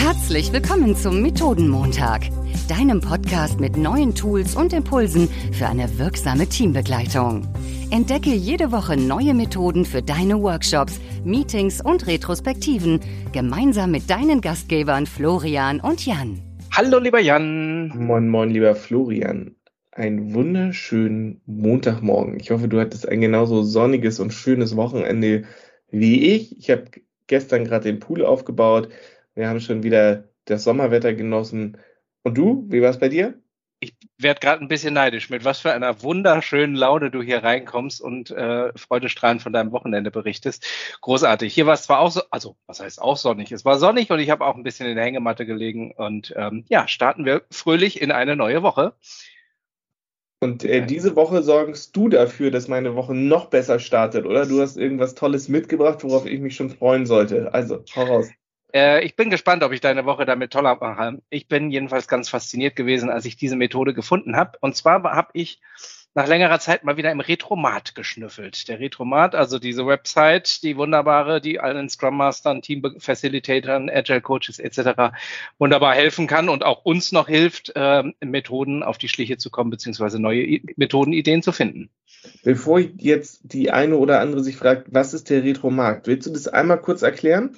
Herzlich willkommen zum Methodenmontag, deinem Podcast mit neuen Tools und Impulsen für eine wirksame Teambegleitung. Entdecke jede Woche neue Methoden für deine Workshops, Meetings und Retrospektiven, gemeinsam mit deinen Gastgebern Florian und Jan. Hallo lieber Jan. Moin, moin, lieber Florian. Einen wunderschönen Montagmorgen. Ich hoffe, du hattest ein genauso sonniges und schönes Wochenende wie ich. Ich habe gestern gerade den Pool aufgebaut. Wir haben schon wieder das Sommerwetter genossen. Und du, wie war es bei dir? Ich werde gerade ein bisschen neidisch, mit was für einer wunderschönen Laune du hier reinkommst und freudestrahlend von deinem Wochenende berichtest. Großartig. Hier war es zwar auch so, also was heißt auch sonnig? Es war sonnig und ich habe auch ein bisschen in der Hängematte gelegen. Und starten wir fröhlich in eine neue Woche. Und diese Woche sorgst du dafür, dass meine Woche noch besser startet, oder? Du hast irgendwas Tolles mitgebracht, worauf ich mich schon freuen sollte. Also, hau raus. Ich bin gespannt, ob ich deine Woche damit toller mache. Ich bin jedenfalls ganz fasziniert gewesen, als ich diese Methode gefunden habe. Und zwar habe ich nach längerer Zeit mal wieder im Retromat geschnüffelt. Der Retromat, also diese Website, die wunderbare, die allen Scrum Mastern, Team Facilitatern, Agile Coaches etc. wunderbar helfen kann und auch uns noch hilft, Methoden auf die Schliche zu kommen, beziehungsweise neue Methodenideen zu finden. Bevor jetzt die eine oder andere sich fragt, was ist der Retromat? Willst du das einmal kurz erklären?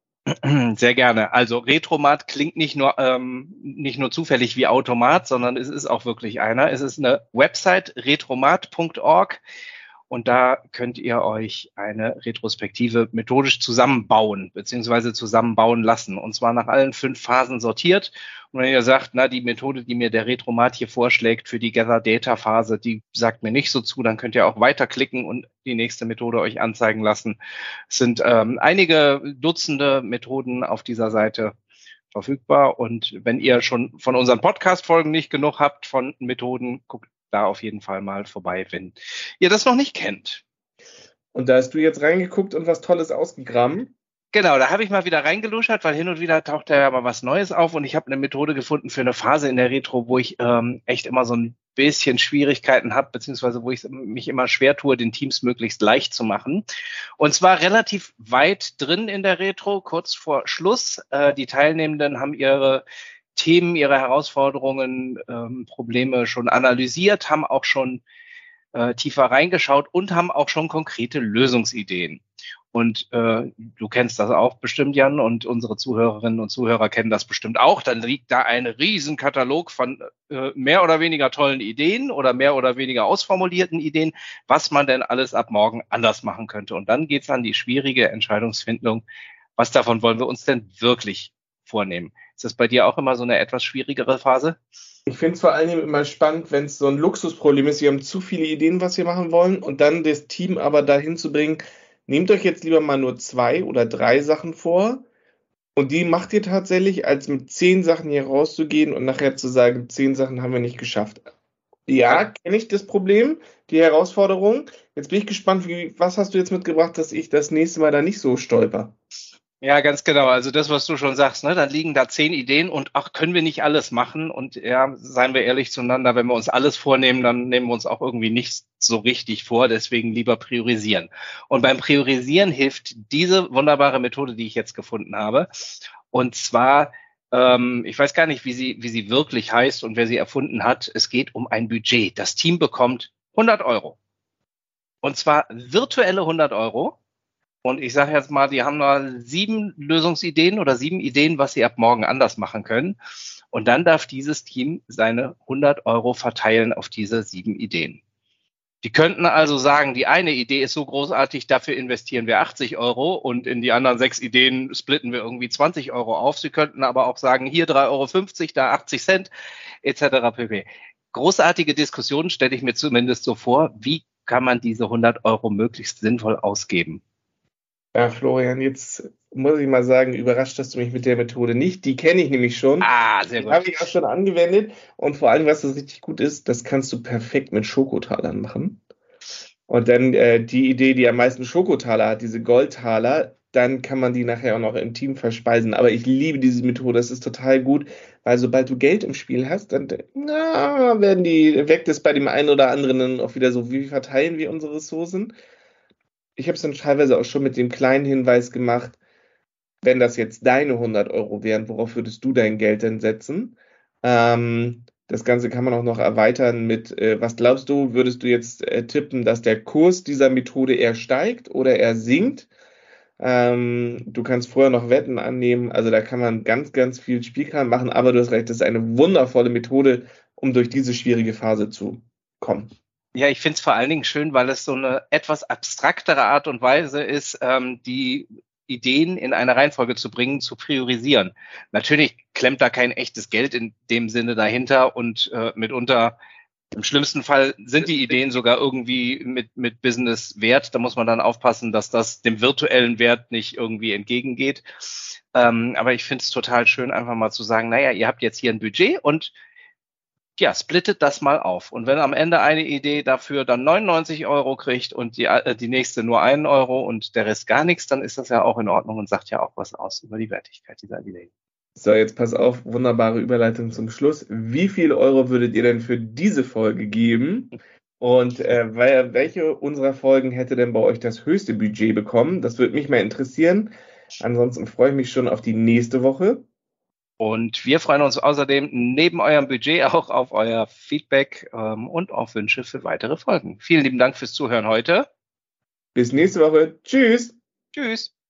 Sehr gerne. Also Retromat klingt nicht nur zufällig wie Automat, sondern es ist auch wirklich einer. Es ist eine Website, retromat.org, und da könnt ihr euch eine Retrospektive methodisch zusammenbauen beziehungsweise zusammenbauen lassen, und zwar nach allen 5 Phasen sortiert. Und wenn ihr sagt, die Methode, die mir der Retromat hier vorschlägt für die Gather-Data-Phase, die sagt mir nicht so zu, dann könnt ihr auch weiterklicken und die nächste Methode euch anzeigen lassen. Es sind einige Dutzende Methoden auf dieser Seite verfügbar, und wenn ihr schon von unseren Podcast-Folgen nicht genug habt von Methoden, guckt da auf jeden Fall mal vorbei, wenn ihr das noch nicht kennt. Und da hast du jetzt reingeguckt und was Tolles ausgegraben? Genau, da habe ich mal wieder reingeluschert, weil hin und wieder taucht da ja mal was Neues auf, und ich habe eine Methode gefunden für eine Phase in der Retro, wo ich echt immer so ein bisschen Schwierigkeiten habe, beziehungsweise wo ich mich immer schwer tue, den Teams möglichst leicht zu machen. Und zwar relativ weit drin in der Retro, kurz vor Schluss. Die Teilnehmenden haben ihre Themen, ihre Herausforderungen, Probleme schon analysiert, haben auch schon tiefer reingeschaut und haben auch schon konkrete Lösungsideen. Und du kennst das auch bestimmt, Jan, und unsere Zuhörerinnen und Zuhörer kennen das bestimmt auch. Dann liegt da ein Riesenkatalog von mehr oder weniger tollen Ideen oder mehr oder weniger ausformulierten Ideen, was man denn alles ab morgen anders machen könnte. Und dann geht's an die schwierige Entscheidungsfindung. Was davon wollen wir uns denn wirklich vornehmen? Ist das bei dir auch immer so eine etwas schwierigere Phase? Ich finde es vor allen Dingen immer spannend, wenn es so ein Luxusproblem ist. Wir haben zu viele Ideen, was wir machen wollen, und dann das Team aber dahin zu bringen, nehmt euch jetzt lieber mal nur 2 oder 3 Sachen vor, und die macht ihr tatsächlich, als mit 10 Sachen hier rauszugehen und nachher zu sagen, 10 Sachen haben wir nicht geschafft. Ja, kenne ich das Problem, die Herausforderung. Jetzt bin ich gespannt, was hast du jetzt mitgebracht, dass ich das nächste Mal da nicht so stolper? Ja, ganz genau. Also das, was du schon sagst, ne? Dann liegen da 10 Ideen und können wir nicht alles machen? Und ja, seien wir ehrlich zueinander, wenn wir uns alles vornehmen, dann nehmen wir uns auch irgendwie nicht so richtig vor. Deswegen lieber priorisieren. Und beim Priorisieren hilft diese wunderbare Methode, die ich jetzt gefunden habe. Und zwar, ich weiß gar nicht, wie sie wirklich heißt und wer sie erfunden hat. Es geht um ein Budget. Das Team bekommt 100 Euro. Und zwar virtuelle 100 Euro. Und ich sage jetzt mal, die haben da 7 Lösungsideen oder 7 Ideen, was sie ab morgen anders machen können. Und dann darf dieses Team seine 100 Euro verteilen auf diese 7 Ideen. Die könnten also sagen, die eine Idee ist so großartig, dafür investieren wir 80 Euro und in die anderen 6 Ideen splitten wir irgendwie 20 Euro auf. Sie könnten aber auch sagen, hier 3,50 Euro, da 80 Cent etc. pp. Großartige Diskussionen stelle ich mir zumindest so vor, wie kann man diese 100 Euro möglichst sinnvoll ausgeben? Ja, Florian, jetzt muss ich mal sagen, überrascht hast du mich mit der Methode nicht. Die kenne ich nämlich schon. Sehr gut. Die habe ich auch schon angewendet. Und vor allem, was das richtig gut ist, das kannst du perfekt mit Schokotalern machen. Und dann die Idee, die am meisten Schokotaler hat, diese Goldtaler, dann kann man die nachher auch noch im Team verspeisen. Aber ich liebe diese Methode, das ist total gut, weil sobald du Geld im Spiel hast, dann weckt es bei dem einen oder anderen dann auch wieder so, wie verteilen wir unsere Ressourcen? Ich habe es dann teilweise auch schon mit dem kleinen Hinweis gemacht, wenn das jetzt deine 100 Euro wären, worauf würdest du dein Geld denn setzen? Das Ganze kann man auch noch erweitern mit, was glaubst du, würdest du jetzt tippen, dass der Kurs dieser Methode eher steigt oder eher sinkt? Du kannst vorher noch Wetten annehmen, also da kann man ganz, ganz viel Spielkram machen, aber du hast recht, das ist eine wundervolle Methode, um durch diese schwierige Phase zu kommen. Ja, ich finde es vor allen Dingen schön, weil es so eine etwas abstraktere Art und Weise ist, die Ideen in eine Reihenfolge zu bringen, zu priorisieren. Natürlich klemmt da kein echtes Geld in dem Sinne dahinter und mitunter im schlimmsten Fall sind die Ideen sogar irgendwie mit Business Wert. Da muss man dann aufpassen, dass das dem virtuellen Wert nicht irgendwie entgegengeht. Aber ich finde es total schön, einfach mal zu sagen, naja, ihr habt jetzt hier ein Budget und ja, splittet das mal auf. Und wenn am Ende eine Idee dafür dann 99 Euro kriegt und die nächste nur 1 Euro und der Rest gar nichts, dann ist das ja auch in Ordnung und sagt ja auch was aus über die Wertigkeit dieser Idee. So, jetzt pass auf, wunderbare Überleitung zum Schluss. Wie viel Euro würdet ihr denn für diese Folge geben? Und welche unserer Folgen hätte denn bei euch das höchste Budget bekommen? Das würde mich mal interessieren. Ansonsten freue ich mich schon auf die nächste Woche. Und wir freuen uns außerdem neben eurem Budget auch auf euer Feedback und auf Wünsche für weitere Folgen. Vielen lieben Dank fürs Zuhören heute. Bis nächste Woche. Tschüss. Tschüss.